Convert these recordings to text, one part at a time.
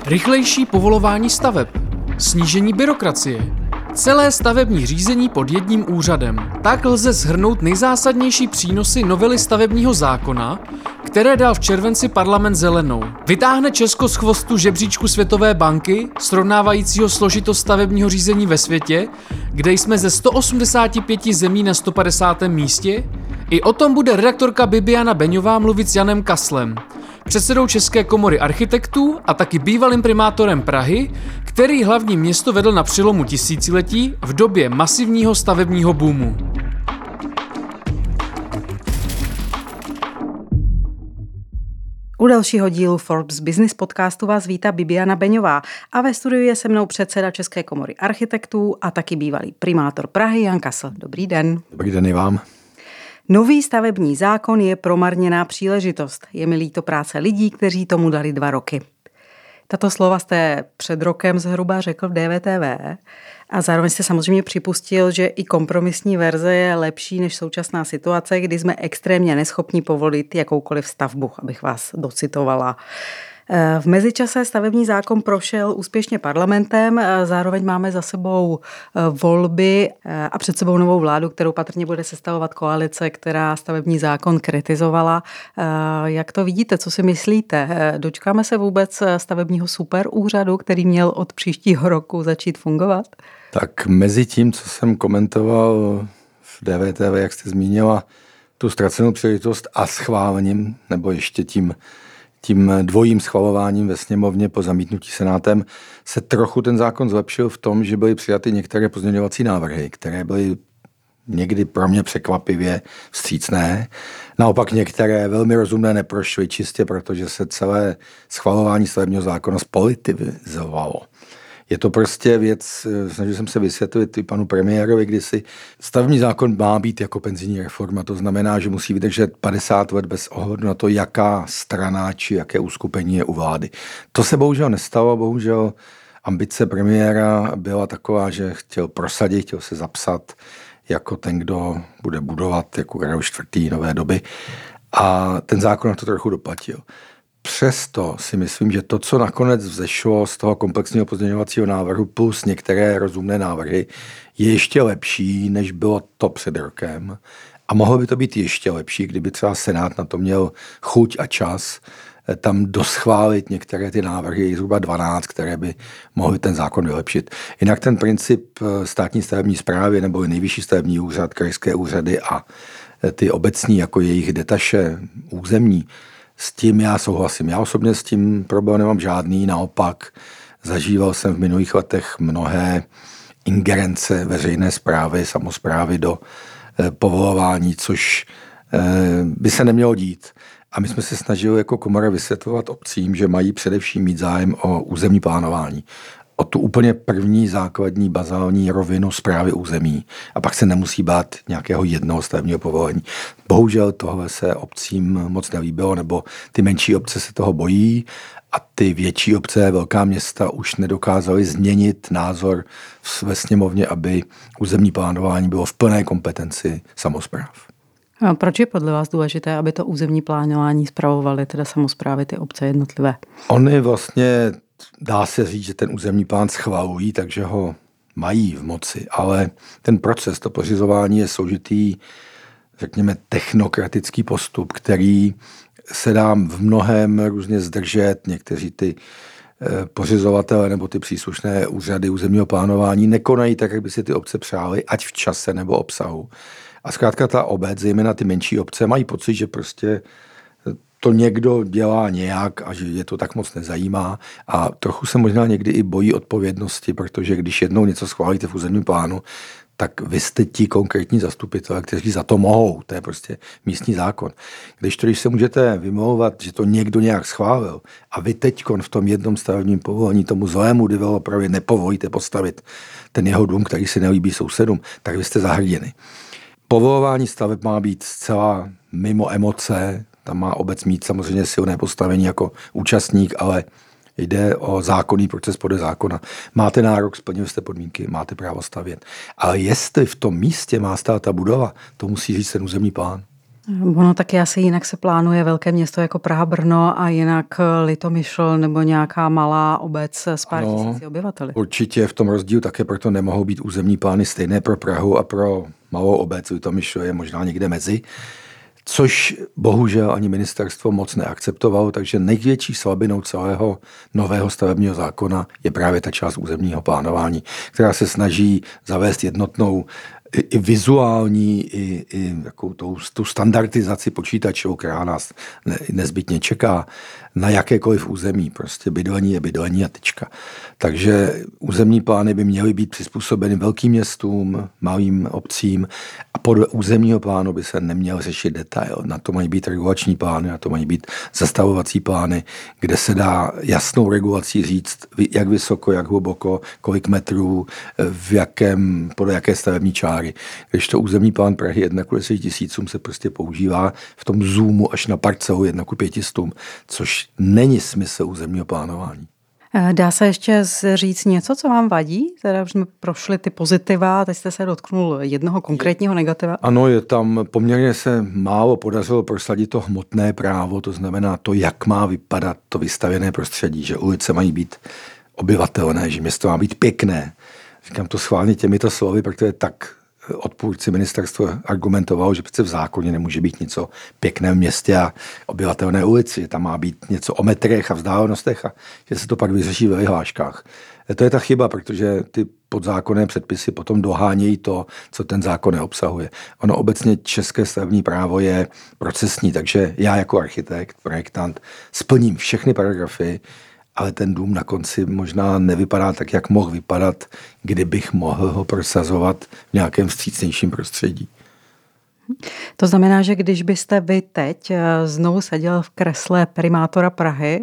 Rychlejší povolování staveb, snížení byrokracie, celé stavební řízení pod jedním úřadem. Tak lze shrnout nejzásadnější přínosy novely stavebního zákona, které dal v červenci parlament zelenou. Vytáhne Česko z chvostu žebříčku Světové banky, srovnávajícího složitost stavebního řízení ve světě, kde jsme ze 185 zemí na 150. místě. I o tom bude redaktorka Bibiana Beňová mluvit s Janem Kaslem, předsedou České komory architektů a taky bývalým primátorem Prahy, který hlavní město vedl na přelomu tisíciletí v době masivního stavebního boomu. U dalšího dílu Forbes Business podcastu vás vítá Bibiana Beňová a ve studiu je se mnou předseda České komory architektů a taky bývalý primátor Prahy Jan Kasl. Dobrý den. Dobrý den i vám. Nový stavební zákon je promarněná příležitost. Je mi líto práce lidí, kteří tomu dali 2 roky. Tato slova jste před rokem zhruba řekl v DVTV a zároveň jste samozřejmě připustil, že i kompromisní verze je lepší než současná situace, kdy jsme extrémně neschopní povolit jakoukoliv stavbu, abych vás docitovala. V mezičase stavební zákon prošel úspěšně parlamentem, zároveň máme za sebou volby a před sebou novou vládu, kterou patrně bude sestavovat koalice, která stavební zákon kritizovala. Jak to vidíte, co si myslíte? Dočkáme se vůbec stavebního superúřadu, který měl od příštího roku začít fungovat? Tak mezi tím, co jsem komentoval v DVTV, jak jste zmínila, tu ztracenou příležitost a schválením, nebo ještě tím dvojím schvalováním ve sněmovně po zamítnutí senátem, se trochu ten zákon zlepšil v tom, že byly přijaty některé pozměňovací návrhy, které byly někdy pro mě překvapivě vstřícné. Naopak některé velmi rozumné neprošly čistě, protože se celé schvalování stavebního zákona spolitizovalo. Je to prostě věc, snažil jsem se vysvětlit i panu premiérovi kdysi. Stavební zákon má být jako penzijní reforma, to znamená, že musí vydržet 50 let bez ohledu na to, jaká strana či jaké uskupení je u vlády. To se bohužel nestalo, bohužel ambice premiéra byla taková, že chtěl prosadit, chtěl se zapsat jako ten, kdo bude budovat jako Karel IV. Nové doby a ten zákon na to trochu doplatil. Přesto si myslím, že to, co nakonec vzešlo z toho komplexního pozměňovacího návrhu plus některé rozumné návrhy, je ještě lepší, než bylo to před rokem. A mohlo by to být ještě lepší, kdyby třeba Senát na to měl chuť a čas tam doschválit některé ty návrhy, zhruba 12, které by mohly ten zákon vylepšit. Jinak ten princip státní stavební správy nebo nejvyšší stavební úřad, krajské úřady a ty obecní jako jejich detaše územní, s tím já souhlasím. Já osobně s tím problém nemám žádný, naopak zažíval jsem v minulých letech mnohé ingerence veřejné správy, samosprávy do povolování, což by se nemělo dít. A my jsme se snažili jako komora vysvětlovat obcím, že mají především mít zájem o územní plánování, o tu úplně první základní bazální rovinu správy území a pak se nemusí bát nějakého jednoho stavebního povolení. Bohužel tohle se obcím moc nelíbilo, nebo ty menší obce se toho bojí a ty větší obce, velká města už nedokázaly změnit názor ve sněmovně, aby územní plánování bylo v plné kompetenci samospráv. A proč je podle vás důležité, aby to územní plánování spravovaly teda samosprávy, ty obce jednotlivé? Oni vlastně dá se říct, že ten územní plán schvalují, takže ho mají v moci, ale ten proces, to pořizování je složitý, řekněme, technokratický postup, který se dá v mnohém různě zdržet. Někteří ty pořizovatele nebo ty příslušné úřady územního plánování nekonají tak, jak by si ty obce přáli, ať v čase nebo obsahu. A zkrátka ta obec, zejména ty menší obce, mají pocit, že prostě to někdo dělá nějak a že je to tak moc nezajímá a trochu se možná někdy i bojí odpovědnosti, protože když jednou něco schválíte v územním plánu, tak vy jste ti konkrétní zastupitelé, kteří za to mohou. To je prostě místní zákon. Když se můžete vymlouvat, že to někdo nějak schválil a vy teďkon v tom jednom stavebním povolení tomu zlému developerovi nepovolíte postavit ten jeho dům, který si nelíbí sousedům, tak vy jste zahrděni. Povolování staveb má být zcela mimo emoce. Tam má obec mít samozřejmě silné postavení jako účastník, ale jde o zákonný proces podle zákona. Máte nárok, splnili jste podmínky, máte právo stavět. Ale jestli v tom místě má stát ta budova, to musí říct ten územní plán. Ono taky asi jinak se plánuje velké město jako Praha, Brno a jinak Litomyšl nebo nějaká malá obec s pár tisíci obyvateli. Určitě v tom rozdílu také proto nemohou být územní plány stejné pro Prahu a pro malou obec. Litomyšl je možná někde mezi. Což bohužel ani ministerstvo moc neakceptovalo, takže největší slabinou celého nového stavebního zákona je právě ta část územního plánování, která se snaží zavést jednotnou i vizuální, i jakou tu standardizaci počítačů, která nás nezbytně čeká na jakékoliv území. Prostě bydlení je bydlení a tečka. Takže územní plány by měly být přizpůsobeny velkým městům, malým obcím a podle územního plánu by se neměl řešit detail. Na to mají být regulační plány, na to mají být zastavovací plány, kde se dá jasnou regulací říct, jak vysoko, jak hluboko, kolik metrů, podle jaké stavební čáry. Když to územní plán Prahy 1:10 000 se prostě používá v tom zoomu až na parcelu 1:500, což není smysl územního plánování. Dá se ještě říct něco, co vám vadí? Teda už jsme prošli ty pozitiva, teď jste se dotknul jednoho konkrétního negativa. Ano, je tam poměrně se málo podařilo prosadit to hmotné právo, to znamená to, jak má vypadat to vystavěné prostředí, že ulice mají být obyvatelné, že město má být pěkné. Říkám to schválně těmito slovy, protože tak odpůrci ministerstva argumentovalo, že přece v zákoně nemůže být něco pěkné v městě a obyvatelné ulici, že tam má být něco o metrech a vzdálenostech a že se to pak vyřeší ve vyhláškách. To je ta chyba, protože ty podzákonné předpisy potom dohánějí to, co ten zákon neobsahuje. Ono obecně české stavební právo je procesní, takže já jako architekt, projektant splním všechny paragrafy, ale ten dům na konci možná nevypadá tak, jak mohl vypadat, kdybych mohl ho prosazovat v nějakém vstřícnějším prostředí. To znamená, že když byste vy teď znovu seděl v kresle primátora Prahy,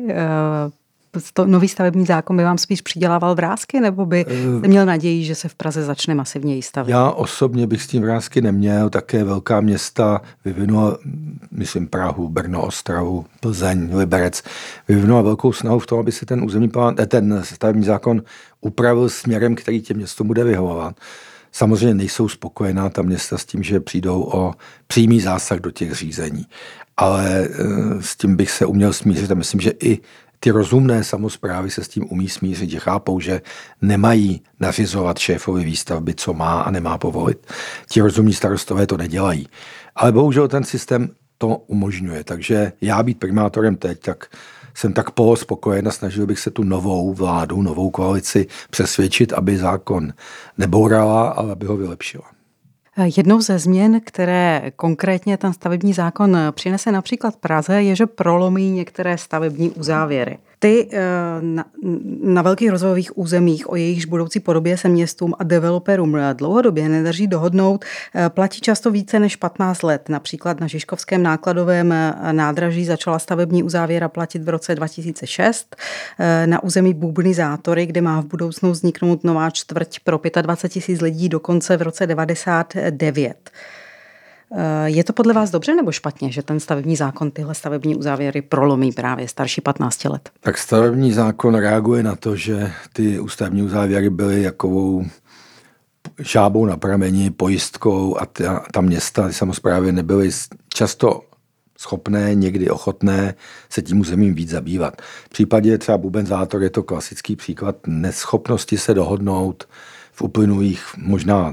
nový stavební zákon by vám spíš přidělával vrásky, nebo by měl naději, že se v Praze začne masivněji stavět? Já osobně bych s tím vrásky neměl. Také velká města vyvinula, myslím Prahu, Brno, Ostravu, Plzeň, Liberec, vyvinula velkou snahu v tom, aby se ten územní plán, ten stavební zákon upravil směrem, který těm městům bude vyhovovat. Samozřejmě nejsou spokojená ta města s tím, že přijdou o přímý zásah do těch řízení. Ale s tím bych se uměl smířit a myslím, že i ty rozumné samosprávy se s tím umí smířit, že chápou, že nemají nařizovat šéfovi výstavby, co má a nemá povolit. Ti rozumní starostové to nedělají. Ale bohužel ten systém to umožňuje. Takže já být primátorem teď, tak jsem tak polospokojen a snažil bych se tu novou vládu, novou koalici přesvědčit, aby zákon nebourala, ale aby ho vylepšila. Jednou ze změn, které konkrétně ten stavební zákon přinese například Praze, je, že prolomí některé stavební uzávěry. Ty na velkých rozvojových územích, o jejichž budoucí podobě se městům a developerům dlouhodobě nedaří dohodnout, platí často více než 15 let. Například na Žižkovském nákladovém nádraží začala stavební uzávěra platit v roce 2006. Na území Bubny Zátory, kde má v budoucnu vzniknout nová čtvrť pro 25 000 lidí, dokonce v roce 1999. Je to podle vás dobře nebo špatně, že ten stavební zákon tyhle stavební uzávěry prolomí právě starší 15 let? Tak stavební zákon reaguje na to, že ty ústavní uzávěry byly jakovou žábou na prameni, pojistkou a ta města, ty samosprávy nebyly často schopné, někdy ochotné se tím územím víc zabývat. V případě třeba Buben Zátor je to klasický příklad neschopnosti se dohodnout v uplynulých možná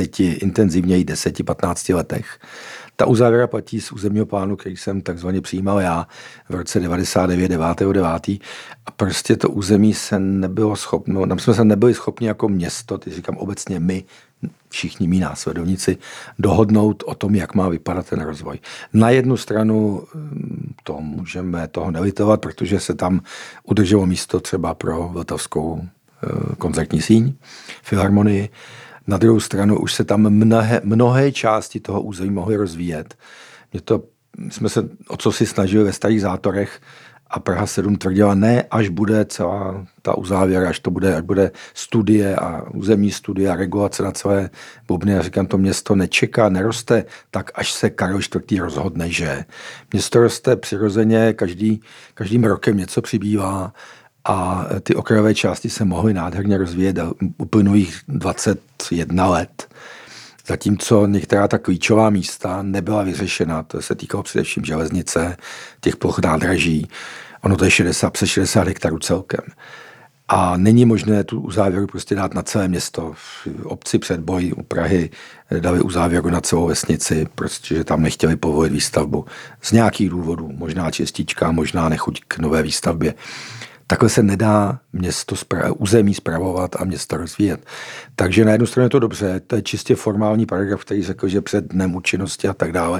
10-15 letech. Ta uzávěra platí z územního plánu, který jsem takzvaně přijímal já v roce 99, 9. A prostě to území se nebylo schopno, tam jsme se nebyli schopni jako město, teď říkám obecně my, všichni mí následovníci, dohodnout o tom, jak má vypadat ten rozvoj. Na jednu stranu to můžeme toho nelitovat, protože se tam udrželo místo třeba pro Vltavskou koncertní síň, filharmonii. Na druhou stranu už se tam mnohé části toho území mohly rozvíjet. Jsme se o co si snažili ve Starých Zátorech a Praha 7 tvrdila ne, až bude celá ta uzávěra, až bude studie a územní studie a regulace na celé Bubny. Já říkám, to město nečeká, neroste tak, až se Karel IV. Rozhodne, že město roste přirozeně, každým rokem něco přibývá a ty okrajové části se mohly nádherně rozvíjet uplynulých 21 let. Zatímco některá ta klíčová místa nebyla vyřešena, to se týkalo především železnice, těch ploch nádraží, ono to je přes 60 hektarů celkem. A není možné tu uzávěru prostě dát na celé město. V obci Předboj u Prahy dali uzávěru na celou vesnici, protože tam nechtěli povolit výstavbu. Z nějakých důvodů, možná čistička, možná nechuť k nové výstavbě. Takhle se nedá území spravovat a město rozvíjet. Takže na jednu stranu je to dobře, to je čistě formální paragraf, který řekl, že před dnem účinnosti a tak dále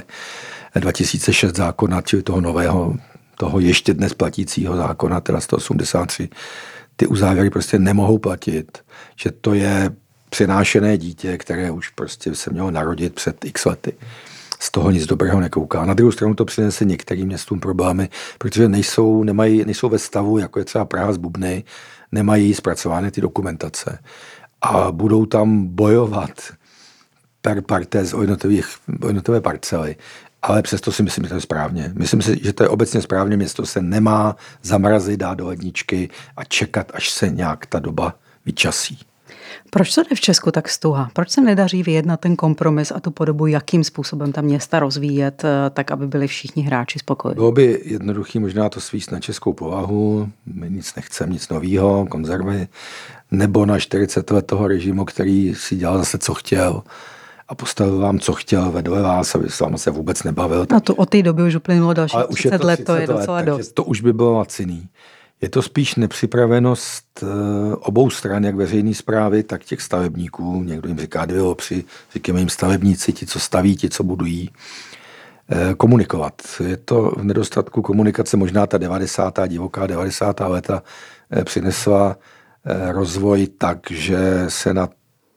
2006 zákona, čili toho nového, toho ještě dnes platícího zákona, teda 183, ty uzávěry prostě nemohou platit, že to je přenášené dítě, které už prostě se mělo narodit před x lety. Z toho nic dobrého nekouká. Na druhou stranu to přinese některým městům problémy, protože nejsou ve stavu, jako je třeba Praha z Bubny, nemají zpracované ty dokumentace. A budou tam bojovat per partes o jednotlivé parcely. Ale přesto si myslím, že to je správně. Myslím si, že to je obecně správně. Město se nemá zamrazit, dát do ledničky a čekat, až se nějak ta doba vyčasí. Proč to jde v Česku tak stuha? Proč se nedaří vyjednat ten kompromis a tu podobu, jakým způsobem ta města rozvíjet, tak aby byli všichni hráči spokojení? Bylo by jednoduchý možná to svíst na českou povahu, my nic nechceme, nic novýho, konzervy, nebo na 40 let toho režimu, který si dělal zase, co chtěl a postavil vám, co chtěl, vedle vás, aby s vámi se vůbec nebavil. No to od té doby už uplynulo dalších 30 let, to je docela dost. To už by bylo laciný. Je to spíš nepřipravenost obou stran, jak veřejné správy, tak těch stavebníků. Někdo jim říká developři, říkáme jim stavebníci, ti, co staví, ti, co budují. Komunikovat. Je to v nedostatku komunikace, možná ta divoká 90. léta přinesla rozvoj tak, že se na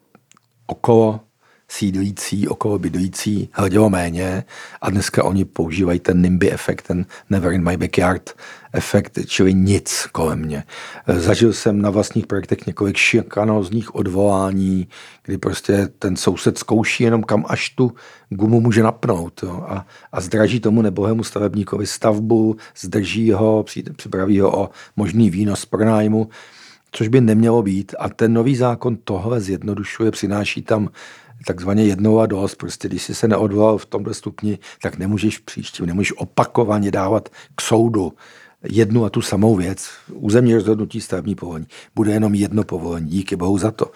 okolo sídlící, okolo bydlící hledělo méně a dneska oni používají ten NIMBY efekt, ten never in my backyard efekt, čili nic kolem mě. Zažil jsem na vlastních projektech několik šikanózních odvolání, kdy prostě ten soused zkouší jenom kam až tu gumu může napnout, jo, a zdraží tomu nebohému stavebníkovi stavbu, zdrží ho, připraví ho o možný výnos z pronájmu, což by nemělo být. A ten nový zákon tohle zjednodušuje, přináší tam takzvaně jednou a dost. Prostě když jsi se neodvolal v tomto stupni, tak nemůžeš příští, nemůžeš opakovaně dávat k soudu jednu a tu samou věc. Územní rozhodnutí, stavební povolení. Bude jenom jedno povolení. Díky bohu za to.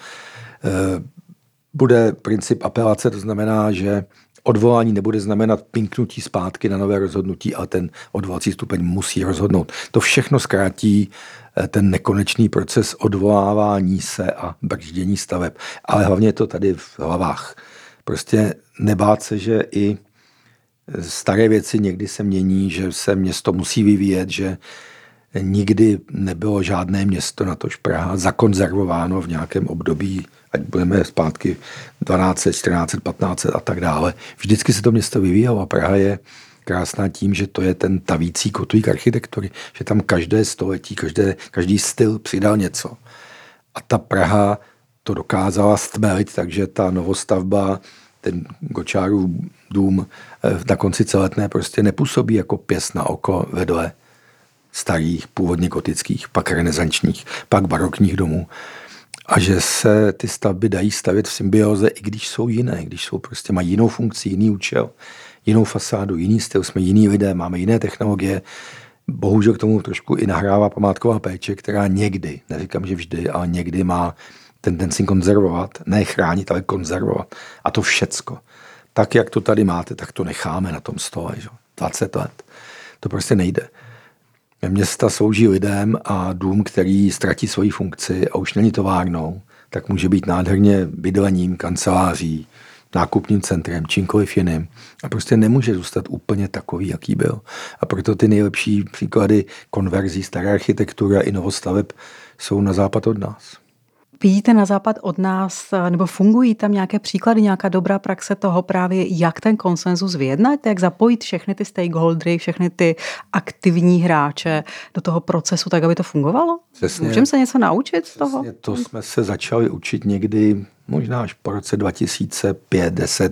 Bude princip apelace, to znamená, že odvolání nebude znamenat pinknutí zpátky na nové rozhodnutí, ale ten odvolací stupeň musí rozhodnout. To všechno zkrátí ten nekonečný proces odvolávání se a brždění staveb. Ale hlavně je to tady v hlavách. Prostě nebát se, že i staré věci někdy se mění, že se město musí vyvíjet, že nikdy nebylo žádné město, natož Praha, zakonzervováno v nějakém období, ať budeme zpátky 1200, 1400, 1500 a tak dále. Vždycky se to město vyvíjelo a Praha je krásná tím, že to je ten tavící kotvík architektury, že tam každé století, každý styl přidal něco. A ta Praha to dokázala stmelit, takže ta novostavba, ten Gočárův dům na konci Celetné prostě nepůsobí jako pěst na oko vedle starých, původně gotických, pak renesančních, pak barokních domů. A že se ty stavby dají stavět v symbioze, i když jsou jiné, když jsou prostě mají jinou funkci, jiný účel, jinou fasádu, jiný styl, jsme jiní lidé, máme jiné technologie. Bohužel k tomu trošku i nahrává památková péče, která někdy, neříkám, že vždy, ale někdy má tendenci konzervovat, ne chránit, ale konzervovat. A to všecko. Tak, jak to tady máte, tak to necháme na tom stole. Že? 20 let. To prostě nejde. Města slouží lidem a dům, který ztratí svoji funkci a už není továrnou, tak může být nádherně bydlením, kanceláří, nákupním centrem, čímkoliv jiným. A prostě nemůže zůstat úplně takový, jaký byl. A proto ty nejlepší příklady konverzí staré architektury i novostaveb jsou na západ od nás. Vidíte na západ od nás, nebo fungují tam nějaké příklady, nějaká dobrá praxe toho právě, jak ten konsenzus vyjednat, jak zapojit všechny ty stakeholdery, všechny ty aktivní hráče do toho procesu, tak aby to fungovalo? Můžeme se něco naučit z toho? To jsme se začali učit někdy, možná až po roce 2005-10.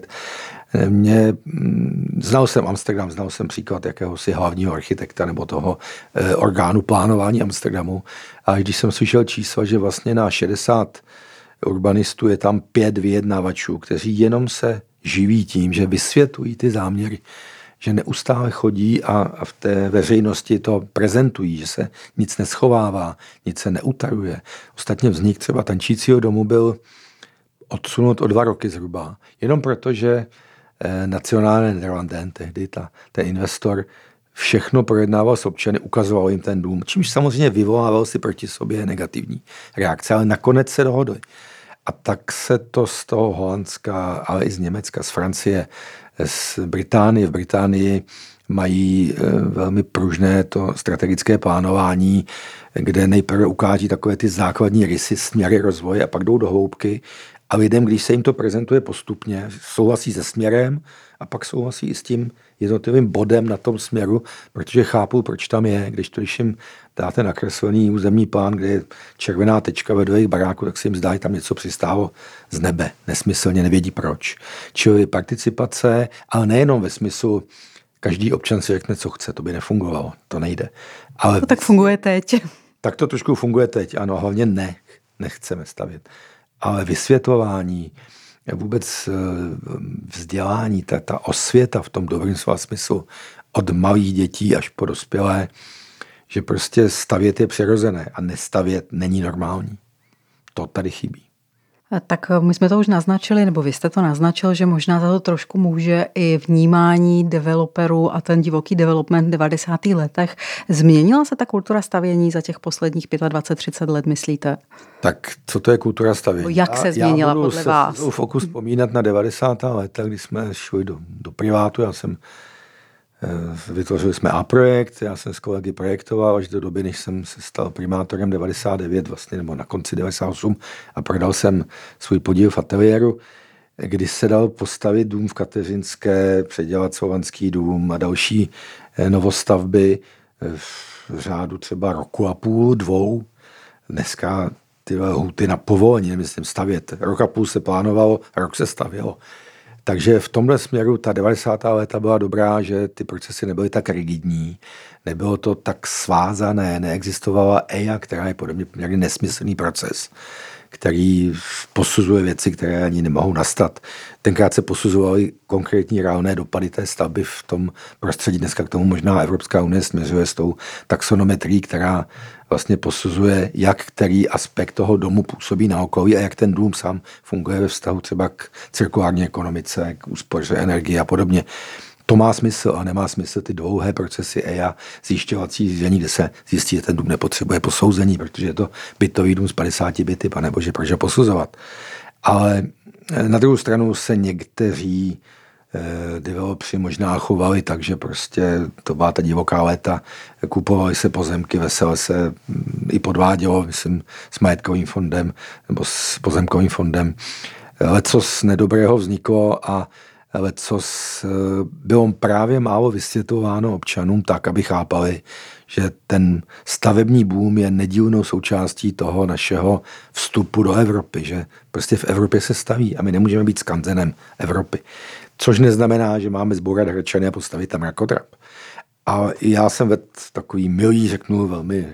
Znal jsem Amsterdam, znal jsem příklad jakéhosi hlavního architekta nebo toho orgánu plánování Amsterdamu. A když jsem slyšel čísla, že vlastně na 60 urbanistů, je tam 5 vyjednavačů, kteří jenom se živí tím, že vysvětlují ty záměry, že neustále chodí a v té veřejnosti to prezentují, že se nic neschovává, nic se neutaruje. Ostatně vznik třeba Tančícího domu byl odsunut o 2 roky zhruba, jenom proto, že Nationale Nederlanden, tehdy ten investor, všechno projednával s občany, ukazoval jim ten dům, čímž samozřejmě vyvolával si proti sobě negativní reakce, ale nakonec se dohodli. A tak se to z toho Holandska, ale i z Německa, z Francie, z Británie. V Británii mají velmi pružné to strategické plánování, kde nejprve ukáží takové ty základní rysy, směry rozvoje a pak jdou do hloubky. A lidem, když se jim to prezentuje postupně, souhlasí se směrem a pak souhlasí i s tím jednotlivým bodem na tom směru, protože chápou, proč tam je. Když jim dáte nakreslený územní plán, kde je červená tečka vedle jejich baráku, tak se jim zdá, že tam něco přistálo z nebe. Nesmyslně, nevědí proč. Čili participace, ale nejenom ve smyslu, každý občan si řekne, co chce, to by nefungovalo, to nejde. Ale to tak funguje teď. Tak to trošku funguje teď, ano, hlavně nechceme stavět. Ale vysvětlování, vůbec vzdělání, ta osvěta v tom dobrým slova smyslu od malých dětí až po dospělé, že prostě stavět je přirozené a nestavět není normální. To tady chybí. Tak my jsme to už naznačili, nebo vy jste to naznačil, že možná za to trošku může i vnímání developerů a ten divoký development v 90. letech. Změnila se ta kultura stavění za těch posledních 25-30 let, myslíte? Tak co to je kultura stavění? Jak se změnila podle vás? Já budu fokus vzpomínat na 90. léta, kdy jsme šli do privátu. Vytvořili jsme A-projekt, já jsem s kolegy projektoval až do doby, než jsem se stal primátorem 99, vlastně, nebo na konci 98 a prodal jsem svůj podíl v ateliéru, kdy se dal postavit dům v Kateřinské, předělat Slovanský dům a další novostavby v řádu třeba roku a půl, 2. Dneska ty lhůty na povolení, nemyslím stavět. Rok a půl se plánovalo, rok se stavělo. Takže v tomhle směru ta 90. léta byla dobrá, že ty procesy nebyly tak rigidní, nebylo to tak svázané, neexistovala EIA, která je podobně poměrně nesmyslný proces, který posuzuje věci, které ani nemohou nastat. Tenkrát se posuzovaly konkrétní reálné dopady té stavby v tom prostředí. Dneska k tomu možná Evropská unie směřuje s tou taxonometrií, která vlastně posuzuje, jak který aspekt toho domu působí na okolí a jak ten dům sám funguje ve vztahu třeba k cirkulární ekonomice, k úspoře energie a podobně. To má smysl a nemá smysl ty dlouhé procesy EIA, zjišťovací řízení, kde se zjistí, že ten dům nepotřebuje posouzení, protože je to bytový dům s 50 byty, panebože, proč ho posuzovat. Ale na druhou stranu se někteří developři možná chovali tak, že prostě to byla ta divoká léta, kupovali se pozemky, vesele se i podvádělo, myslím, s majetkovým fondem nebo s pozemkovým fondem. Lecos nedobrého vzniklo a lecos bylo právě málo vysvětlováno občanům tak, aby chápali, že ten stavební boom je nedílnou součástí toho našeho vstupu do Evropy, že prostě v Evropě se staví a my nemůžeme být skanzenem Evropy. Což neznamená, že máme zbourat Hradčany a postavit tam mrakodrap. A já jsem vedl takový milý, řeknu, velmi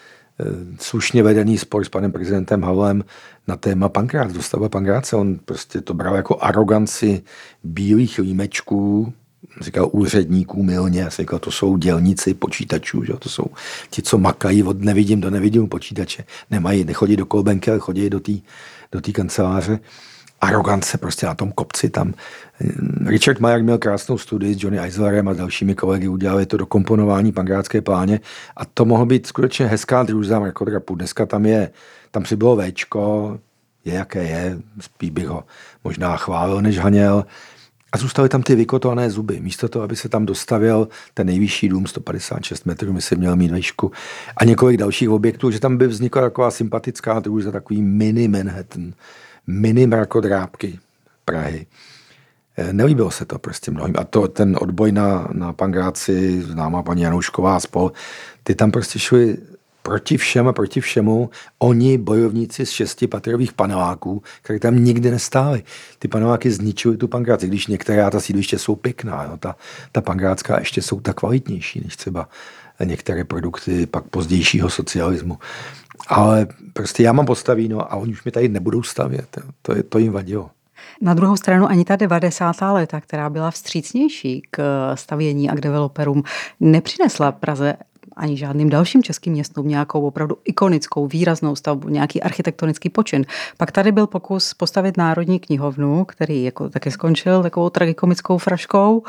slušně vedený spor s panem prezidentem Havlem na téma Pankrác, dostavba Pankráce. On prostě to bral jako aroganci bílých límečků, říkal úředníků mylně, já jsem říkal, to jsou dělníci počítačů, že? To jsou ti, co makají od nevidím do nevidím počítače, nechodí do kolbenky, ale chodí do té kanceláře. Arogance prostě na tom kopci tam. Richard Mayer měl krásnou studii s Johnny Eislerem a dalšími kolegy, udělali to dokomponování Pankrátské pláně a to mohlo být skutečně hezká družza mrakodrapu. Dneska tam přibylo Včko, je jaké je, spíš bych ho možná chválil, než haněl. A zůstaly tam ty vykotované zuby. Místo toho, aby se tam dostavil ten nejvyšší dům, 156 metrů, myslím, měl mít výšku, a několik dalších objektů, že tam by vznikla taková sympatická družza, takový mini Manhattan, mini mrakodrápky Prahy. Nelíbilo se to prostě mnohým. A ten odboj na Pankráci, známá paní Janoušková a spol, ty tam prostě šli proti všem a proti všemu. Oni, bojovníci z 6patrových paneláků, které tam nikdy nestály. Ty paneláky zničily tu Pankráci, když některá ta sídliště jsou pěkná. Jo. Ta pankrácká ještě jsou tak kvalitnější, než třeba některé produkty pak pozdějšího socialismu. Ale prostě já mám postavíno a oni už mi tady nebudou stavět. To jim vadilo. Na druhou stranu ani ta 90. léta, která byla vstřícnější k stavění a k developerům, nepřinesla Praze ani žádným dalším českým městům nějakou opravdu ikonickou, výraznou stavbu, nějaký architektonický počin. Pak tady byl pokus postavit Národní knihovnu, který jako taky skončil takovou tragikomickou fraškou.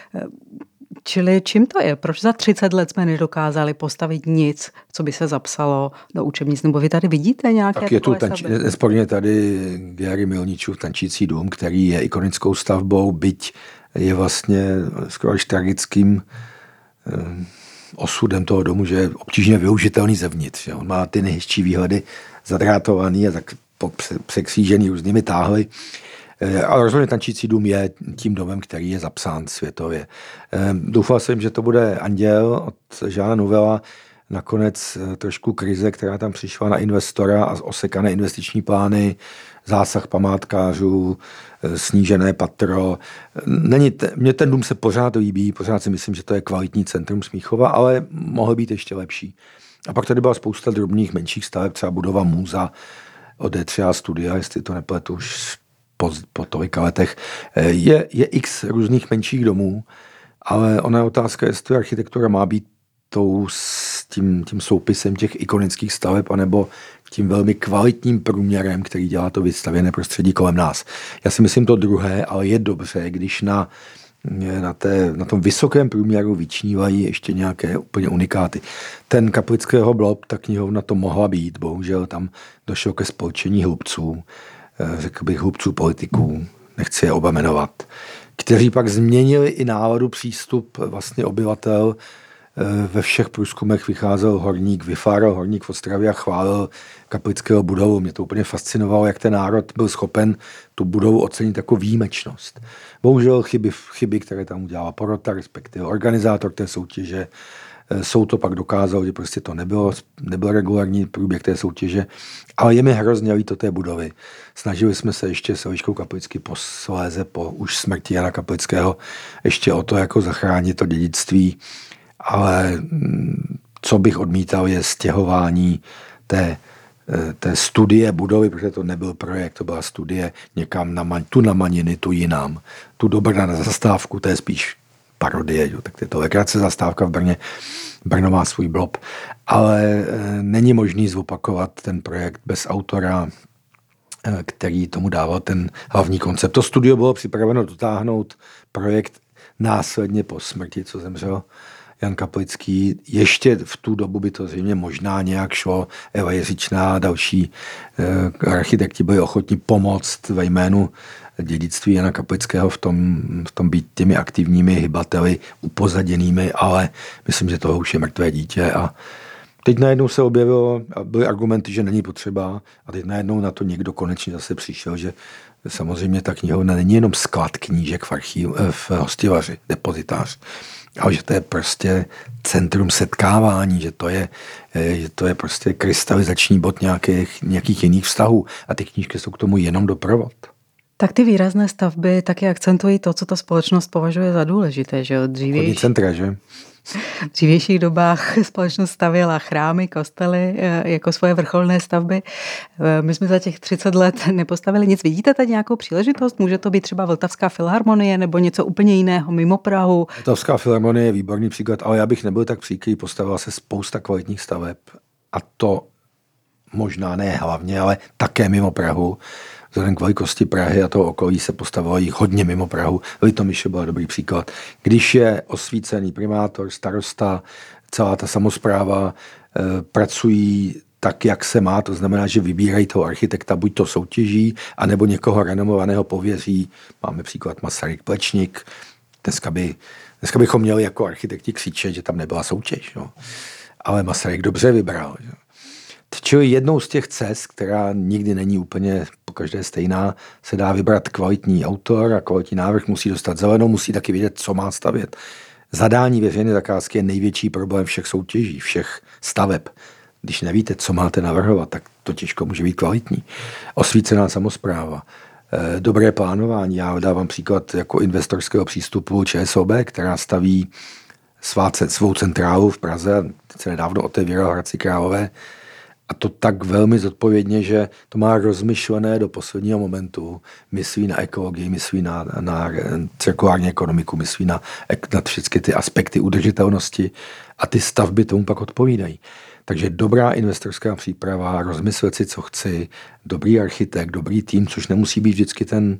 Čili čím to je? Proč za 30 let jsme nedokázali postavit nic, co by se zapsalo do učebnic? Nebo vy tady vidíte nějaké tak je tu stavby? nesporně tady Gary Milničův Tančící dům, který je ikonickou stavbou, byť je vlastně skoro až tragickým osudem toho domu, že je obtížně využitelný zevnitř. Že? On má ty nejhezčí výhledy zadrátovaný a tak překřížený různými táhly. Ale rozhodně Tančící dům je tím domem, který je zapsán světově. Doufal jsem, že to bude Anděl od Žána Nouvella. Nakonec trošku krize, která tam přišla na investora a osekané investiční plány, zásah památkářů, snížené patro. Mně ten dům se pořád líbí, pořád si myslím, že to je kvalitní centrum Smíchova, ale mohl být ještě lepší. A pak tady byla spousta drobných, menších staveb, třeba budova Můza od D3 Studia, jestli to nepletu už po tolika letech. Je x různých menších domů, ale ona je otázka, jestli architektura má být tím soupisem těch ikonických staveb, anebo tím velmi kvalitním průměrem, který dělá to vystavěné prostředí kolem nás. Já si myslím to druhé, ale je dobře, když na tom vysokém průměru vyčnívají ještě nějaké úplně unikáty. Ten Kaplického blob, ta knihovna to mohla být, bohužel tam došlo ke spolčení hlubců, řekl bych hlubců politiků, nechci je oba jmenovat, kteří pak změnili i náladu, přístup vlastně obyvatel. Ve všech průzkumech vycházel horník, vyfáral horník v Ostravě a chválil Kaplického budovu. Mě to úplně fascinovalo, jak ten národ byl schopen tu budovu ocenit jako výjimečnost. Bohužel chyby, které tam udělala porota, respektive organizátor té soutěže, soud to pak dokázal, že prostě to nebyl regulární průběh té soutěže, ale je mi hrozně líto té budovy. Snažili jsme se ještě s Eliškou Kaplický posléze po už smrti Jana Kaplického ještě o to jako zachránit to dědictví, ale co bych odmítal je stěhování té studie budovy, protože to nebyl projekt, to byla studie někam tu na Maniny, tu jinam, tu do Brna na zastávku, to je spíš parodie, jo. Tak je to legrace zastávka v Brně, Brno má svůj blob, ale není možný zopakovat ten projekt bez autora, který tomu dával ten hlavní koncept. To studio bylo připraveno dotáhnout projekt následně po smrti, co zemřel Jan Kaplický. Ještě v tu dobu by to zřejmě možná nějak šlo. Eva Jiřičná a další architekti byli ochotní pomoct ve jménu dědictví Jana Kaplického v tom být těmi aktivními hybateli, upozaděnými, ale myslím, že toho už je mrtvé dítě a teď najednou se objevilo, byly argumenty, že není potřeba a teď najednou na to někdo konečně zase přišel, že samozřejmě ta knihovna není jenom sklad knížek v hostivaři, depozitář, ale že to je prostě centrum setkávání, že to je prostě krystalizační bod nějakých jiných vztahů a ty knížky jsou k tomu jenom doprovod. Tak ty výrazné stavby taky akcentují to, co ta společnost považuje za důležité, že Chodní centra, že? V dřívějších dobách společnost stavěla chrámy, kostely jako svoje vrcholné stavby. My jsme za těch 30 let nepostavili nic. Vidíte tady nějakou příležitost? Může to být třeba Vltavská filharmonie nebo něco úplně jiného mimo Prahu? Vltavská filharmonie je výborný příklad, ale já bych nebyl tak příkrý, postavila se spousta kvalitních staveb a to možná ne hlavně, ale také mimo Prahu. Vzhledem k velikosti Prahy a toho okolí se postavilo jich hodně mimo Prahu. Litomyš byl dobrý příklad. Když je osvícený primátor, starosta, celá ta samospráva pracují tak, jak se má, to znamená, že vybírají toho architekta, buď to soutěží, anebo někoho renomovaného pověří. Máme příklad Masaryk, Plečník. Dneska bychom měli jako architekti křičet, že tam nebyla soutěž. No. Ale Masaryk dobře vybral. Že? Čili jednou z těch cest, která nikdy není úplně pokaždé stejná, se dá vybrat kvalitní autor a kvalitní návrh, musí dostat zelenou, musí taky vědět, co má stavět. Zadání veřejné zakázky je největší problém všech soutěží, všech staveb. Když nevíte, co máte navrhovat, tak to těžko může být kvalitní. Osvícená samospráva, dobré plánování. Já dávám příklad jako investorského přístupu ČSOB, která staví svou centrálu v Praze, teď se nedávno otevírala Hradci Králové, A to tak velmi zodpovědně, že to má rozmyšlené do posledního momentu. Myslí na ekologii, myslí na cirkulární ekonomiku, myslí na všechny ty aspekty udržitelnosti a ty stavby tomu pak odpovídají. Takže dobrá investorská příprava, rozmyslet si, co chci, dobrý architekt, dobrý tým, což nemusí být vždycky ten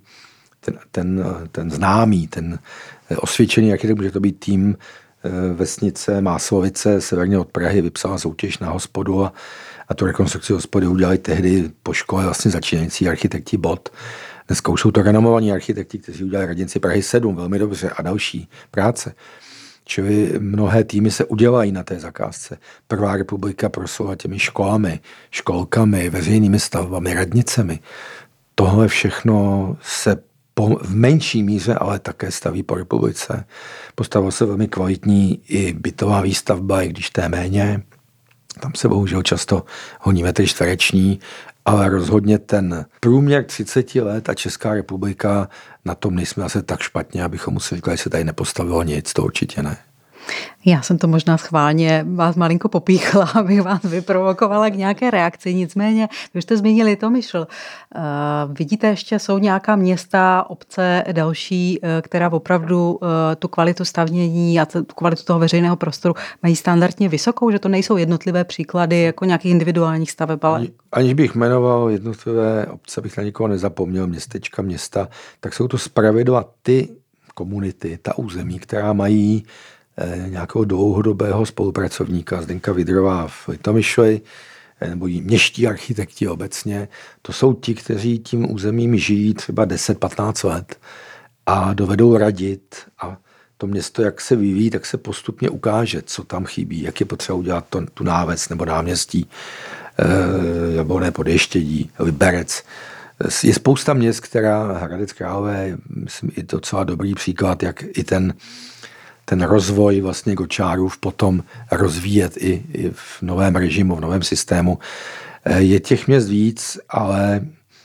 známý, ten osvědčený architekt, může to být tým vesnice Máslovice, severně od Prahy, vypsala soutěž na hospodu a tu rekonstrukci hospody udělali tehdy po škole vlastně začínající architekti BOT. Dneska už jsou to renomovaní architekti, kteří udělali radnici Prahy 7 velmi dobře a další práce. Čili mnohé týmy se udělají na té zakázce. Prvá republika proslula těmi školami, školkami, veřejnými stavbami, radnicemi. Tohle všechno se v menší míře, ale také staví po republice. Postavila se velmi kvalitní i bytová výstavba, i když té méně. Tam se bohužel často honí metry čtvereční, ale rozhodně ten průměr 30 let a Česká republika, na tom nejsme asi tak špatně, abychom museli říkat, že se tady nepostavilo nic, to určitě ne. Já jsem to možná schválně vás malinko popíchla, abych vás vyprovokovala k nějaké reakci. Nicméně, vy jste zmínili Litomyšl. Vidíte, ještě jsou nějaká města, obce další, která opravdu tu kvalitu stavění a tu kvalitu toho veřejného prostoru mají standardně vysokou, že to nejsou jednotlivé příklady jako nějakých individuálních staveb, ale... Aniž bych jmenoval jednotlivé obce, abych na nikoho nezapomněl, městečka, města, tak jsou to zpravidla ty komunity, ta území, která mají nějakého dlouhodobého spolupracovníka, Zdenka Vidrová v Litomyšli, nebo městští architekti obecně. To jsou ti, kteří tím územím žijí třeba 10-15 let a dovedou radit a to město, jak se vyvíjí, tak se postupně ukáže, co tam chybí, jak je potřeba udělat tu náves nebo náměstí, Jablonné Podještědí, Liberec. Je spousta měst, která Hradec Králové, myslím, i docela dobrý příklad, jak i ten rozvoj vlastně Gočárův potom rozvíjet i v novém režimu, v novém systému. Je těch měst víc, ale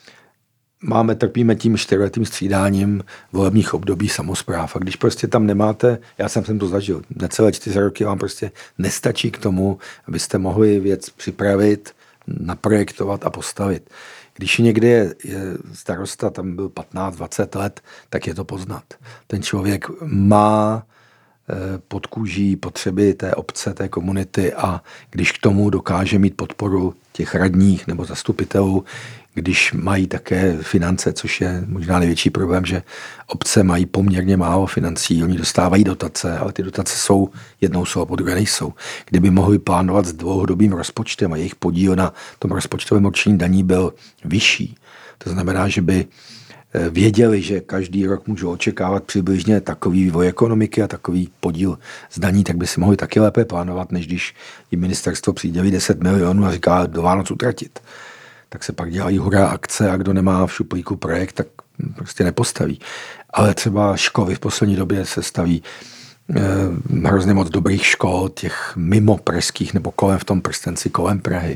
trpíme tím 4letým střídáním volebních období samospráv. A když prostě tam nemáte, já jsem to zažil, necelé 4 roky vám prostě nestačí k tomu, abyste mohli věc připravit, naprojektovat a postavit. Když někde je starosta, tam byl 15-20 let, tak je to poznat. Ten člověk má pod kůží potřeby té obce, té komunity a když k tomu dokáže mít podporu těch radních nebo zastupitelů, když mají také finance, což je možná největší problém, že obce mají poměrně málo financí, oni dostávají dotace, ale ty dotace jednou jsou a po druhé nejsou. Kdyby mohli plánovat s dlouhodobým rozpočtem a jejich podíl na tom rozpočtovém určení daní byl vyšší, to znamená, že by věděli, že každý rok můžou očekávat přibližně takový vývoj ekonomiky a takový podíl z daní, tak by si mohli taky lépe plánovat, než když jim ministerstvo přidělí 10 milionů a říká do Vánoc utratit. Tak se pak dělají hurá akce a kdo nemá v šuplíku projekt, tak prostě nepostaví. Ale třeba školy v poslední době se staví hrozně moc dobrých škol, těch mimo pražských nebo kolem v tom prstenci, kolem Prahy.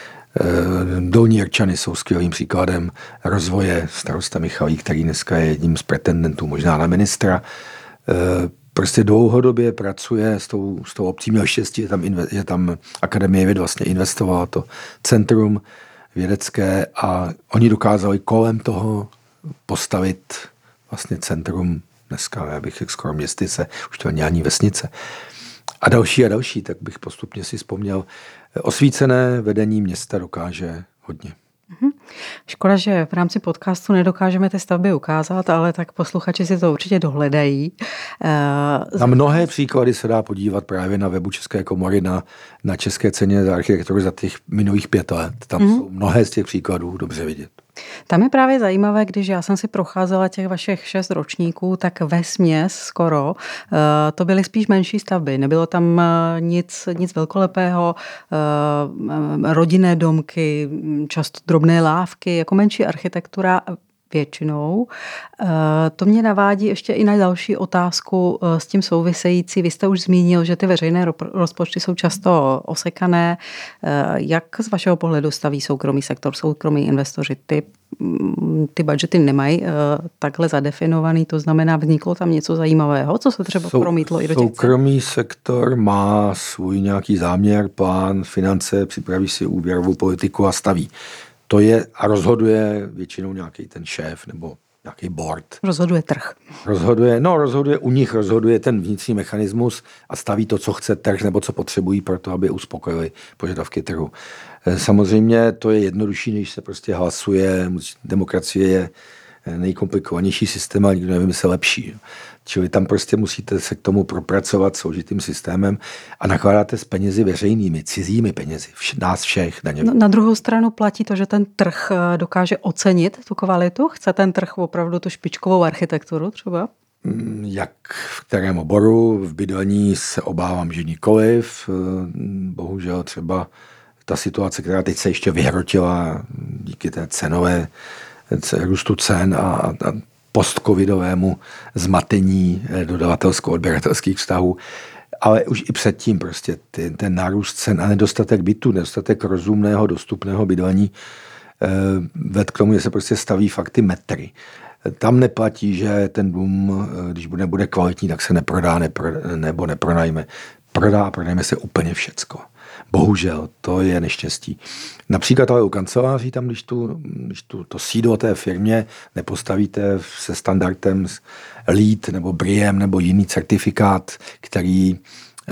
Dolní Jirčany jsou skvělým příkladem rozvoje, starosta Michalík, který dneska je jedním z pretendentů možná na ministra. Prostě dlouhodobě pracuje s tou obcí, měl štěstí, že tam Akademie věd vlastně investovala to centrum vědecké a oni dokázali kolem toho postavit vlastně centrum dneska, já bych řekl skoro městyse, už to není ani vesnice. A další, tak bych postupně si vzpomněl. Osvícené vedení města dokáže hodně. Škoda, že v rámci podcastu nedokážeme ty stavby ukázat, ale tak posluchači si to určitě dohledají. Na mnohé příklady se dá podívat právě na webu České komory na České ceně za architekturu za těch minulých 5 let. Tam jsou mnohé z těch příkladů dobře vidět. Tam je právě zajímavé, když já jsem si procházela těch vašich 6 ročníků, tak vesměs skoro to byly spíš menší stavby. Nebylo tam nic velkolepého, rodinné domky, často drobné lávky, jako menší architektura. většinou. To mě navádí ještě i na další otázku s tím související. Vy jste už zmínil, že ty veřejné rozpočty jsou často osekané. Jak z vašeho pohledu staví soukromý sektor, soukromí investoři? Ty budžety nemají takhle zadefinovaný, to znamená, vzniklo tam něco zajímavého, co se třeba promítlo i do těch soukromý sektor má svůj nějaký záměr, plán, finance, připraví si úvěrovou politiku a staví. To je a rozhoduje většinou nějaký ten šéf nebo nějaký board. Rozhoduje trh. Rozhoduje ten vnitřní mechanismus a staví to, co chce trh nebo co potřebují pro to, aby uspokojili požadavky trhu. Samozřejmě to je jednodušší, než se prostě hlasuje. Demokracie je nejkomplikovanější systém, ale nikdo nevymyslel lepší. Čili tam prostě musíte se k tomu propracovat složitým systémem a nakládáte s penězi veřejnými, cizími penězi, nás všech daňových. Na druhou stranu platí to, že ten trh dokáže ocenit tu kvalitu? Chce ten trh opravdu tu špičkovou architekturu třeba? Jak v kterém oboru? V bydlení se obávám, že nikoliv. Bohužel třeba ta situace, která teď se ještě vyhrotila díky té cenové růstu cen a postcovidovému zmatení dodavatelsko-odběratelských vztahů. Ale už i předtím prostě ten nárůst cen a nedostatek bytu, nedostatek rozumného, dostupného bydlení vedl k tomu, že se prostě staví fakt ty metry. Tam neplatí, že ten dům, když nebude kvalitní, tak se neprodá nebo nepronajme. Prodá a pronajme se úplně všecko. Bohužel, to je neštěstí. Například ale u kanceláří, tam když to sídlo té firmě nepostavíte se standardem LEED nebo BREEAM nebo jiný certifikát, který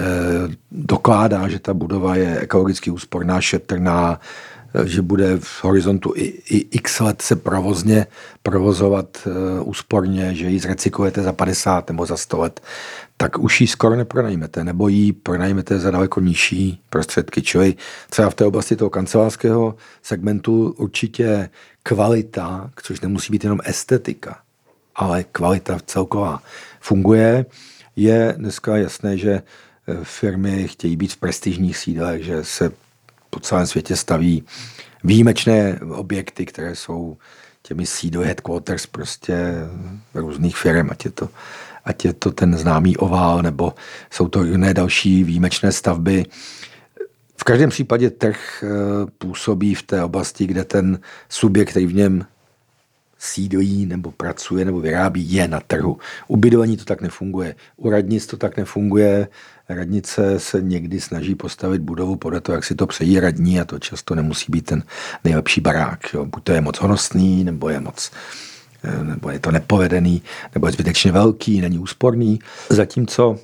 dokládá, že ta budova je ekologicky úsporná, šetrná, že bude v horizontu i x let se provozovat úsporně, že ji zrecyklujete za 50 nebo za 100 let, tak už ji skoro nepronajmete, nebo ji pronajmete za daleko nižší prostředky. Čili třeba v té oblasti toho kancelářského segmentu určitě kvalita, což nemusí být jenom estetika, ale kvalita celková funguje. Je dneska jasné, že firmy chtějí být v prestižních sídlech, že se po celém světě staví výjimečné objekty, které jsou těmi sídly headquarters prostě různých firm, ať je to ten známý ovál, nebo jsou to jiné další výjimečné stavby. V každém případě trh působí v té oblasti, kde ten subjekt, který v něm sídlí nebo pracuje nebo vyrábí, je na trhu. U bydlení to tak nefunguje. U radnic to tak nefunguje. Radnice se někdy snaží postavit budovu podle toho, jak si to přejí radní, a to často nemusí být ten nejlepší barák. Jo. Buď to je moc honosný, nebo je to nepovedený, nebo je zbytečně velký, není úsporný. Zatímco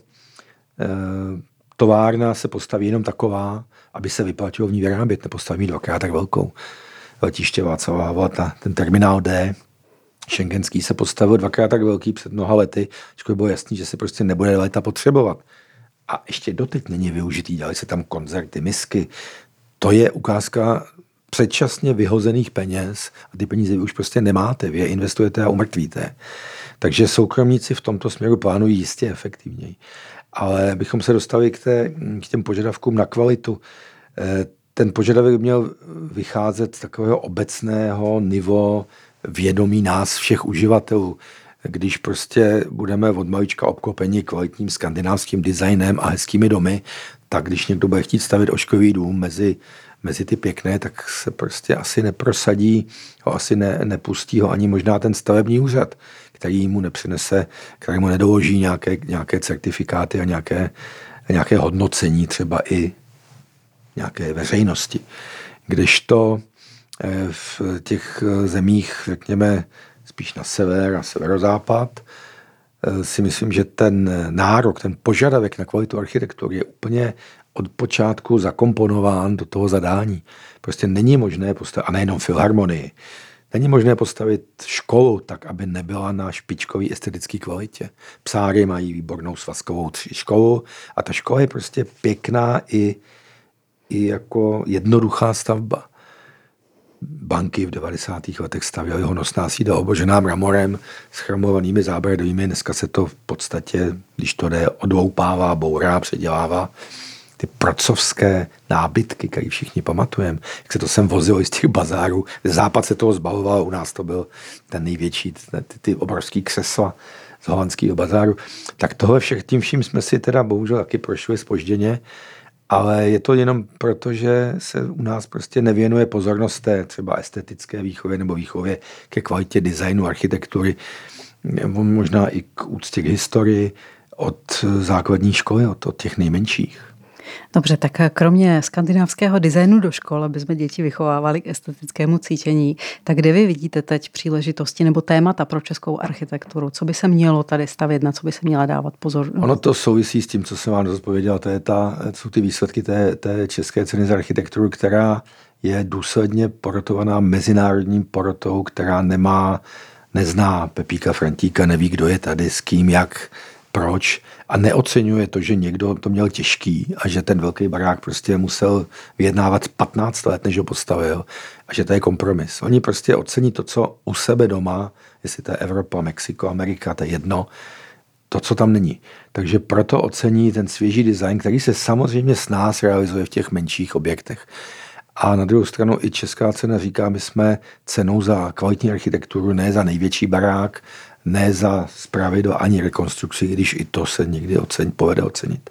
továrna se postaví jenom taková, aby se vyplatilo v ní vyrábět, nepostaví dvakrát tak velkou. Letiště Václava Havla, ten terminál D, schengenský, se postavil dvakrát tak velký před mnoha lety, ačkoliv bylo jasný, že se prostě nebude léta potřebovat. A ještě doteď není využitý, dělají se tam koncerty, misky. To je ukázka předčasně vyhozených peněz a ty peníze vy už prostě nemáte, vy je investujete a umrtvíte. Takže soukromníci v tomto směru plánují jistě efektivněji. Ale bychom se dostali k těm požadavkům na kvalitu. Ten požadavek měl vycházet z takového obecného nivo vědomí nás všech uživatelů. Když prostě budeme od malička obklopeni kvalitním skandinávským designem a hezkými domy, tak když někdo bude chtít stavit ošklivý dům mezi ty pěkné, tak se prostě asi neprosadí, asi nepustí ho ani možná ten stavební úřad, který mu nepřinese, který mu nedoloží nějaké certifikáty a nějaké hodnocení třeba i nějaké veřejnosti. Kdežto v těch zemích, řekněme, spíš na sever a severozápad, si myslím, že ten nárok, ten požadavek na kvalitu architektury je úplně od počátku zakomponován do toho zadání. Prostě není možné postavit, a nejenom filharmonii, není možné postavit školu tak, aby nebyla na špičkový estetický kvalitě. Psáry mají výbornou svazkovou školu a ta škola je prostě pěkná i jako jednoduchá stavba. Banky v 90. letech stavěly honosná sídla obložená mramorem s chromovanými zábradlími. Dneska se to v podstatě, když to jde, odloupává, bourá, předělává. ty procovské nábytky, které všichni pamatujeme, jak se to sem vozilo i z těch bazárů. Západ se toho zbavoval, u nás to byl ten největší, ty obrovský křesla z holandského bazáru. Tak tohle tím vším jsme si teda bohužel taky prošli zpožděně, ale je to jenom proto, že se u nás prostě nevěnuje pozornost té třeba estetické výchově nebo výchově ke kvalitě designu, architektury, nebo možná i k úctě k historii od základní školy, od těch nejmenších. Dobře, tak kromě skandinávského designu do škol, aby jsme děti vychovávali k estetickému cítění, tak kde vy vidíte teď příležitosti nebo témata pro českou architekturu? Co by se mělo tady stavět, na co by se měla dávat pozor? Ono to souvisí s tím, co jsem vám dozpověděl, jsou ty výsledky té české ceny za architekturu, která je důsledně porotovaná mezinárodním porotou, která nezná Pepíka Frantíka, neví, kdo je tady, s kým, jak, proč a neoceňuje to, že někdo to měl těžký a že ten velký barák prostě musel vyjednávat 15 let, než ho postavil a že to je kompromis. Oni prostě ocení to, co u sebe doma, jestli to je Evropa, Mexiko, Amerika, to je jedno, to, co tam není. Takže proto ocení ten svěží design, který se samozřejmě s nás realizuje v těch menších objektech. A na druhou stranu i česká cena říká, my jsme cenou za kvalitní architekturu, ne za největší barák, ne za zpravidlo ani rekonstrukci, když i to se někdy povede ocenit.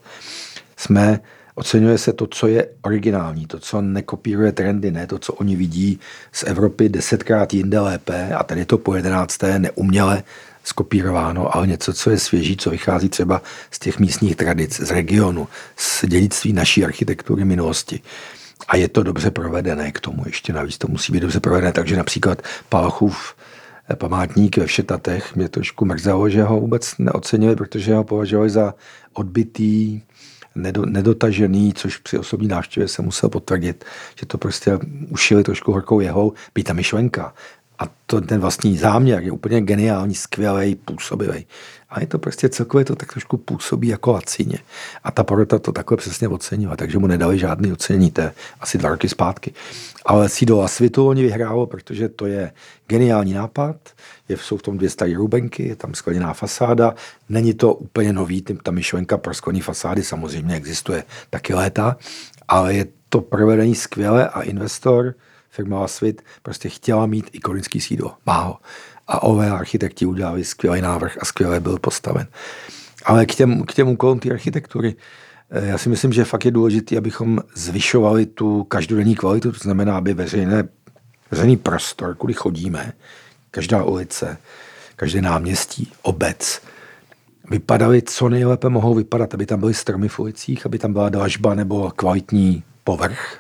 Oceňuje se to, co je originální, to, co nekopíruje trendy, ne to, co oni vidí z Evropy 10krát jinde lépe a tady to po 11. neuměle skopírováno, ale něco, co je svěží, co vychází třeba z těch místních tradic, z regionu, z dědictví naší architektury minulosti. A je to dobře provedené k tomu, ještě navíc to musí být dobře provedené, takže například Palachův památník ve Všetatech mě trošku mrzelo, že ho vůbec neocenili, protože ho považovali za odbytý, nedotažený, což při osobní návštěvě se musel potvrdit, že to prostě ušili trošku horkou jehou, být ta myšlenka. A ten vlastní záměr je úplně geniální, skvělej, působivý. A je to prostě celkově to tak trošku působí jako lacině. A ta porota to takhle přesně ocenila, takže mu nedali žádný ocenění, to je asi 2 roky zpátky. Ale Sídlo Lasvitu oni vyhrálo, protože to je geniální nápad, jsou v tom 2 staré rubenky, je tam skleněná fasáda, není to úplně nový, ta myšlenka pro skleněné fasády samozřejmě existuje taky léta, ale je to provedení skvěle a investor, firma Lasvit, prostě chtěla mít ikonický sídlo. Má ho. A architekti udělali skvělý návrh a skvěle byl postaven. Ale k těm úkolům té architektury, já si myslím, že fakt je důležité, abychom zvyšovali tu každodenní kvalitu, to znamená, aby veřejný prostor, kudy chodíme, každá ulice, každé náměstí, obec, vypadaly, co nejlépe mohou vypadat, aby tam byly stromy v ulicích, aby tam byla dlažba nebo kvalitní povrch,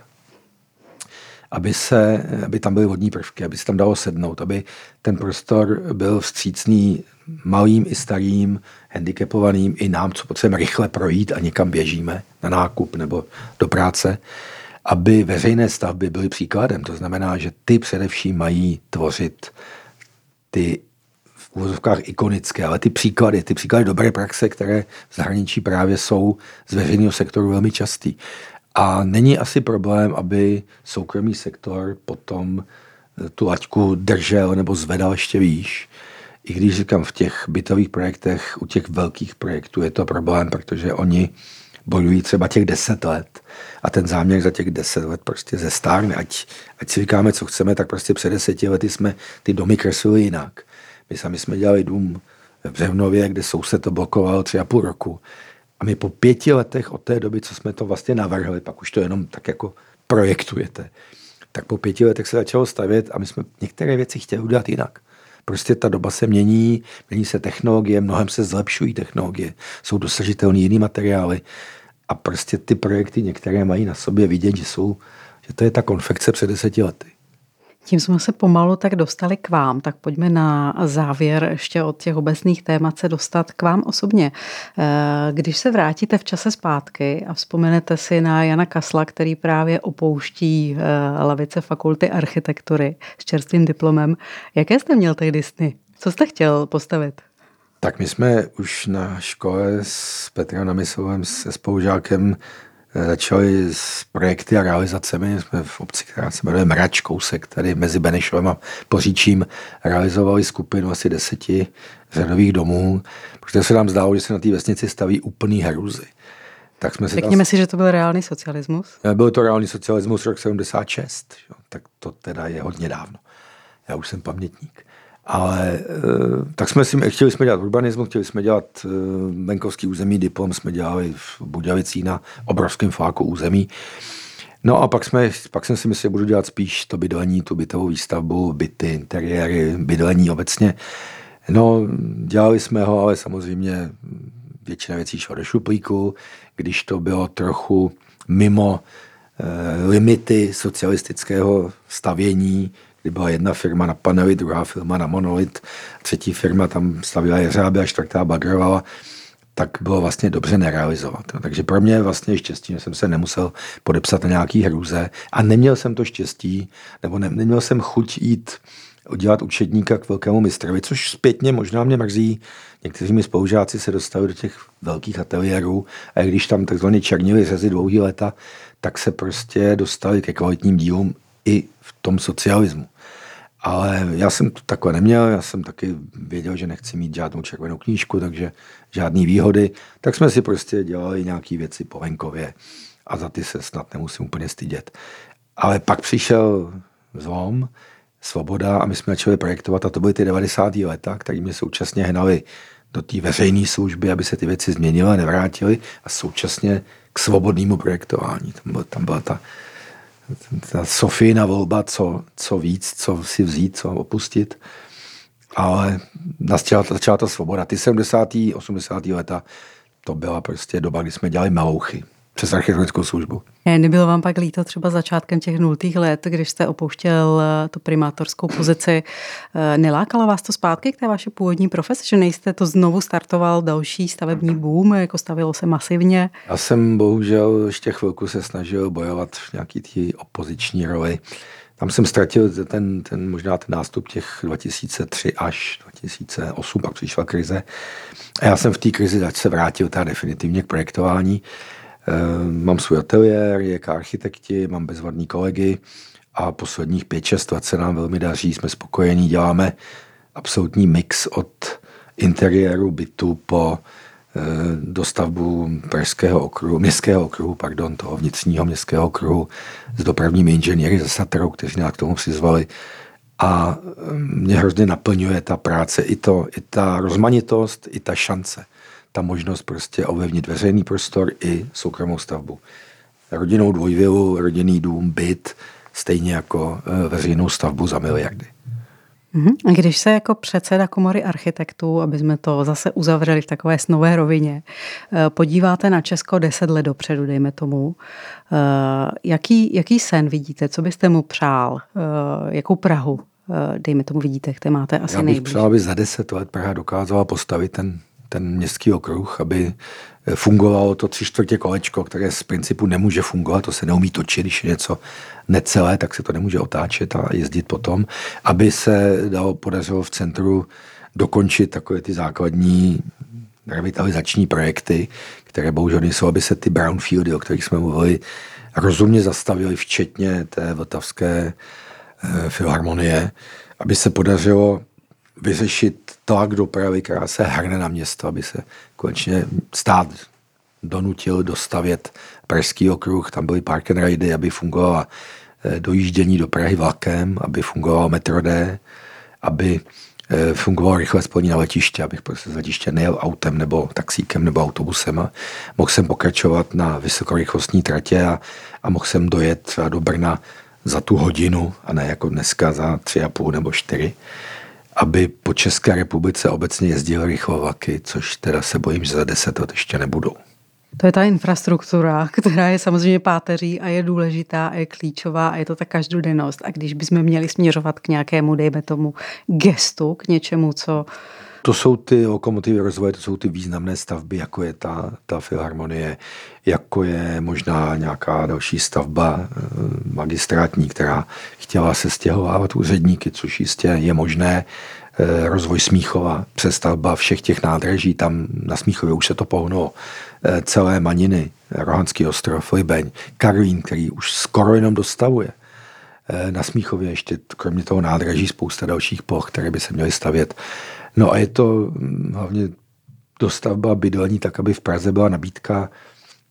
aby tam byly vodní prvky, aby se tam dalo sednout, aby ten prostor byl vstřícný malým i starým, handicapovaným i nám, co potřebujeme rychle projít a někam běžíme na nákup nebo do práce, aby veřejné stavby byly příkladem. To znamená, že ty především mají tvořit ty v uvozovkách ikonické, ale ty příklady dobré praxe, které v zahraničí právě jsou z veřejného sektoru velmi častý. A není asi problém, aby soukromý sektor potom tu laťku držel nebo zvedal ještě výš. I když říkám, v těch bytových projektech, u těch velkých projektů je to problém, protože oni bojují třeba těch 10 let a ten záměr za těch 10 let prostě zestárne. Ať si říkáme, co chceme, tak prostě před 10 lety jsme ty domy kreslili jinak. My sami jsme dělali dům v Břevnově, kde soused to blokoval 3,5 roku. A my po 5 letech od té doby, co jsme to vlastně navrhli, pak už to jenom tak jako projektujete, tak po 5 letech se začalo stavět a my jsme některé věci chtěli udělat jinak. Prostě ta doba se mění se technologie, mnohem se zlepšují technologie, jsou dosažitelné jiný materiály a prostě ty projekty některé mají na sobě vidět, že to je ta konfekce před 10 lety. Tím jsme se pomalu tak dostali k vám, tak pojďme na závěr ještě od těch obecných témat se dostat k vám osobně. Když se vrátíte v čase zpátky a vzpomenete si na Jana Kasla, který právě opouští lavice fakulty architektury s čerstvým diplomem, jaké jste měl tehdy sny? Co jste chtěl postavit? Tak my jsme už na škole s Petrem Namyslovem, se spolužákem, začali s projekty a realizacemi. Jsme v obci, která se jmenuje Mrač, kousek, tady mezi Benešovem a Poříčím, realizovali skupinu asi 10 řadových domů, protože se nám zdálo, že se na té vesnici staví úplný hrůzy. Tak jsme se Řekněme si, že to byl reálný socialismus. Byl to reálný socialismus rok 76, jo. Tak to teda je hodně dávno. Já už jsem pamětník. Ale tak chtěli jsme dělat urbanismus, chtěli jsme dělat venkovský území, diplom jsme dělali v Budějovicích na obrovském fláku území. No a pak jsem si myslel, že budu dělat spíš to bydlení, tu bytovou výstavbu, byty, interiéry, bydlení obecně. No, dělali jsme ho, ale samozřejmě většina věcí šla do šuplíku, když to bylo trochu mimo limity socialistického stavění, kdy byla jedna firma na panely, druhá firma na monolit, třetí firma tam stavila jeřáby a čtvrtá badrovala, tak bylo vlastně dobře nerealizovat. Takže pro mě vlastně štěstí, že jsem se nemusel podepsat na nějaký hrůze a neměl jsem to štěstí, nebo neměl jsem chuť jít dělat učedníka k velkému mistrovi, což zpětně možná mě mrzí. Někteří mi spolužáci se dostali do těch velkých ateliérů a když tam takzvaně černili řezy dlouhý léta, tak se prostě dostali ke kvalitním dílům i v tom socialismu. Ale já jsem to takhle neměl, já jsem taky věděl, že nechci mít žádnou červenou knížku, takže žádný výhody, tak jsme si prostě dělali nějaké věci po venkově a za ty se snad nemusím úplně stydět. Ale pak přišel zlom, svoboda a my jsme začali projektovat a to byly ty 90. léta, které mě současně hnali do té veřejné služby, aby se ty věci změnily a nevrátily a současně k svobodnému projektování. Tam byla ta Sofína volba, co víc, co si vzít, co opustit. Ale začala ta svoboda. Ty 70. 80. léta, to byla prostě doba, kdy jsme dělali melouchy přes architektonickou službu. Nebylo vám pak líto třeba začátkem těch 0. let, když jste opouštěl tu primátorskou pozici? Nelákalo vás to zpátky k té vaší původní profesi, že nejste to znovu startoval další stavební boom, jako stavilo se masivně? Já jsem bohužel ještě chvilku se snažil bojovat v nějaký té opoziční roli. Tam jsem ztratil možná ten nástup těch 2003 až 2008, pak přišla krize. A já jsem v té krizi se vrátil teda definitivně k projektování. Mám svůj ateliér, je architekti, mám bezvadný kolegy a posledních 5-6 let se nám velmi daří, jsme spokojení, děláme absolutní mix od interiéru bytu po dostavbu městského okruhu, toho vnitřního městského okruhu s dopravními inženýry ze Satrou, kteří nás k tomu přizvali. A mě hrozně naplňuje ta práce, i ta rozmanitost, i ta šance. Ta možnost prostě ovlivnit veřejný prostor i soukromou stavbu. Rodinnou dvojvilu, rodinný dům, byt, stejně jako veřejnou stavbu za miliardy. A když se jako předseda komory architektů, aby jsme to zase uzavřeli v takové snové rovině, podíváte na Česko 10 let dopředu, dejme tomu, jaký sen vidíte, co byste mu přál, jakou Prahu, dejme tomu, vidíte, které máte asi nejblíž? Já bych přál, aby za 10 let Praha dokázala postavit ten městský okruh, aby fungovalo to 3/4 kolečko, které z principu nemůže fungovat, to se neumí točit, když je něco necelé, tak se to nemůže otáčet a jezdit potom, aby se podařilo v centru dokončit takové ty základní revitalizační projekty, které bohužel nejsou, aby se ty brownfieldy, o kterých jsme mluvili, rozumně zastavily, včetně té vltavské filharmonie, aby se podařilo vyřešit tlak dopravy, která se hrne na město, aby se konečně stát donutil dostavět pražský okruh, tam byly park and ridy, aby fungovala dojíždění do Prahy vlakem, aby fungovalo metro D, aby fungovalo rychlé spojení na letiště, abych prostě z letiště nejel autem nebo taxíkem nebo autobusem a mohl jsem pokračovat na vysokorychlostní tratě a mohl jsem dojet třeba do Brna za tu hodinu a ne jako dneska za 3,5 nebo 4. Aby po České republice obecně jezdily rychlovlaky, což teda se bojím, že za 10 let ještě nebudou. To je ta infrastruktura, která je samozřejmě páteří a je důležitá a je klíčová a je to ta každodennost. A když bychom měli směřovat k nějakému, dejme tomu, gestu, k něčemu, co... To jsou ty lokomotivy rozvoje, to jsou ty významné stavby, jako je ta filharmonie, jako je možná nějaká další stavba magistrátní, která chtěla se stěhovávat úředníky, což jistě je možné. Rozvoj Smíchova, přestavba všech těch nádraží, tam na Smíchově už se to pohnulo. Celé Maniny, Rohanský ostrov, Libeň, Karlín, který už skoro jenom dostavuje. Na Smíchově ještě kromě toho nádraží spousta dalších ploch, které by se měly stavět. No a je to hlavně dostavba bydlení tak, aby v Praze byla nabídka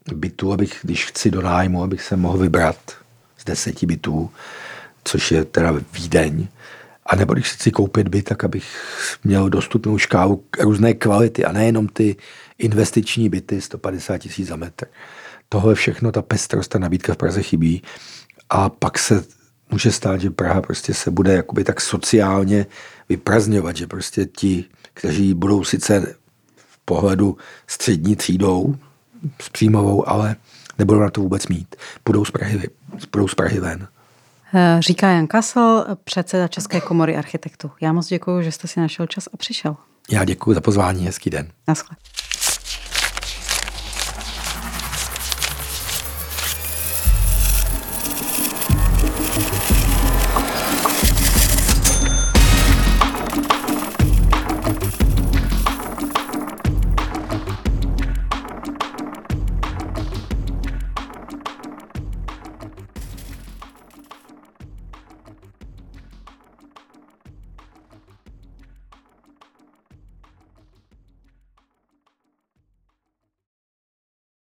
bytu, když chci do nájmu, abych se mohl vybrat z 10 bytů, což je teda Vídeň. A nebo když chci koupit byt, tak abych měl dostupnou škálu různé kvality a nejenom ty investiční byty 150 000 za metr. Tohle všechno, ta pestrost, ta nabídka v Praze chybí. A pak se může stát, že Praha prostě se bude jakoby tak sociálně vyprazňovat, že prostě ti, kteří budou sice v pohledu střední třídou s příjmovou, ale nebudou na to vůbec mít. Budou z Prahy ven. Říká Jan Kasl, předseda České komory architektů. Já moc děkuji, že jste si našel čas a přišel. Já děkuji za pozvání, hezký den. Naschle.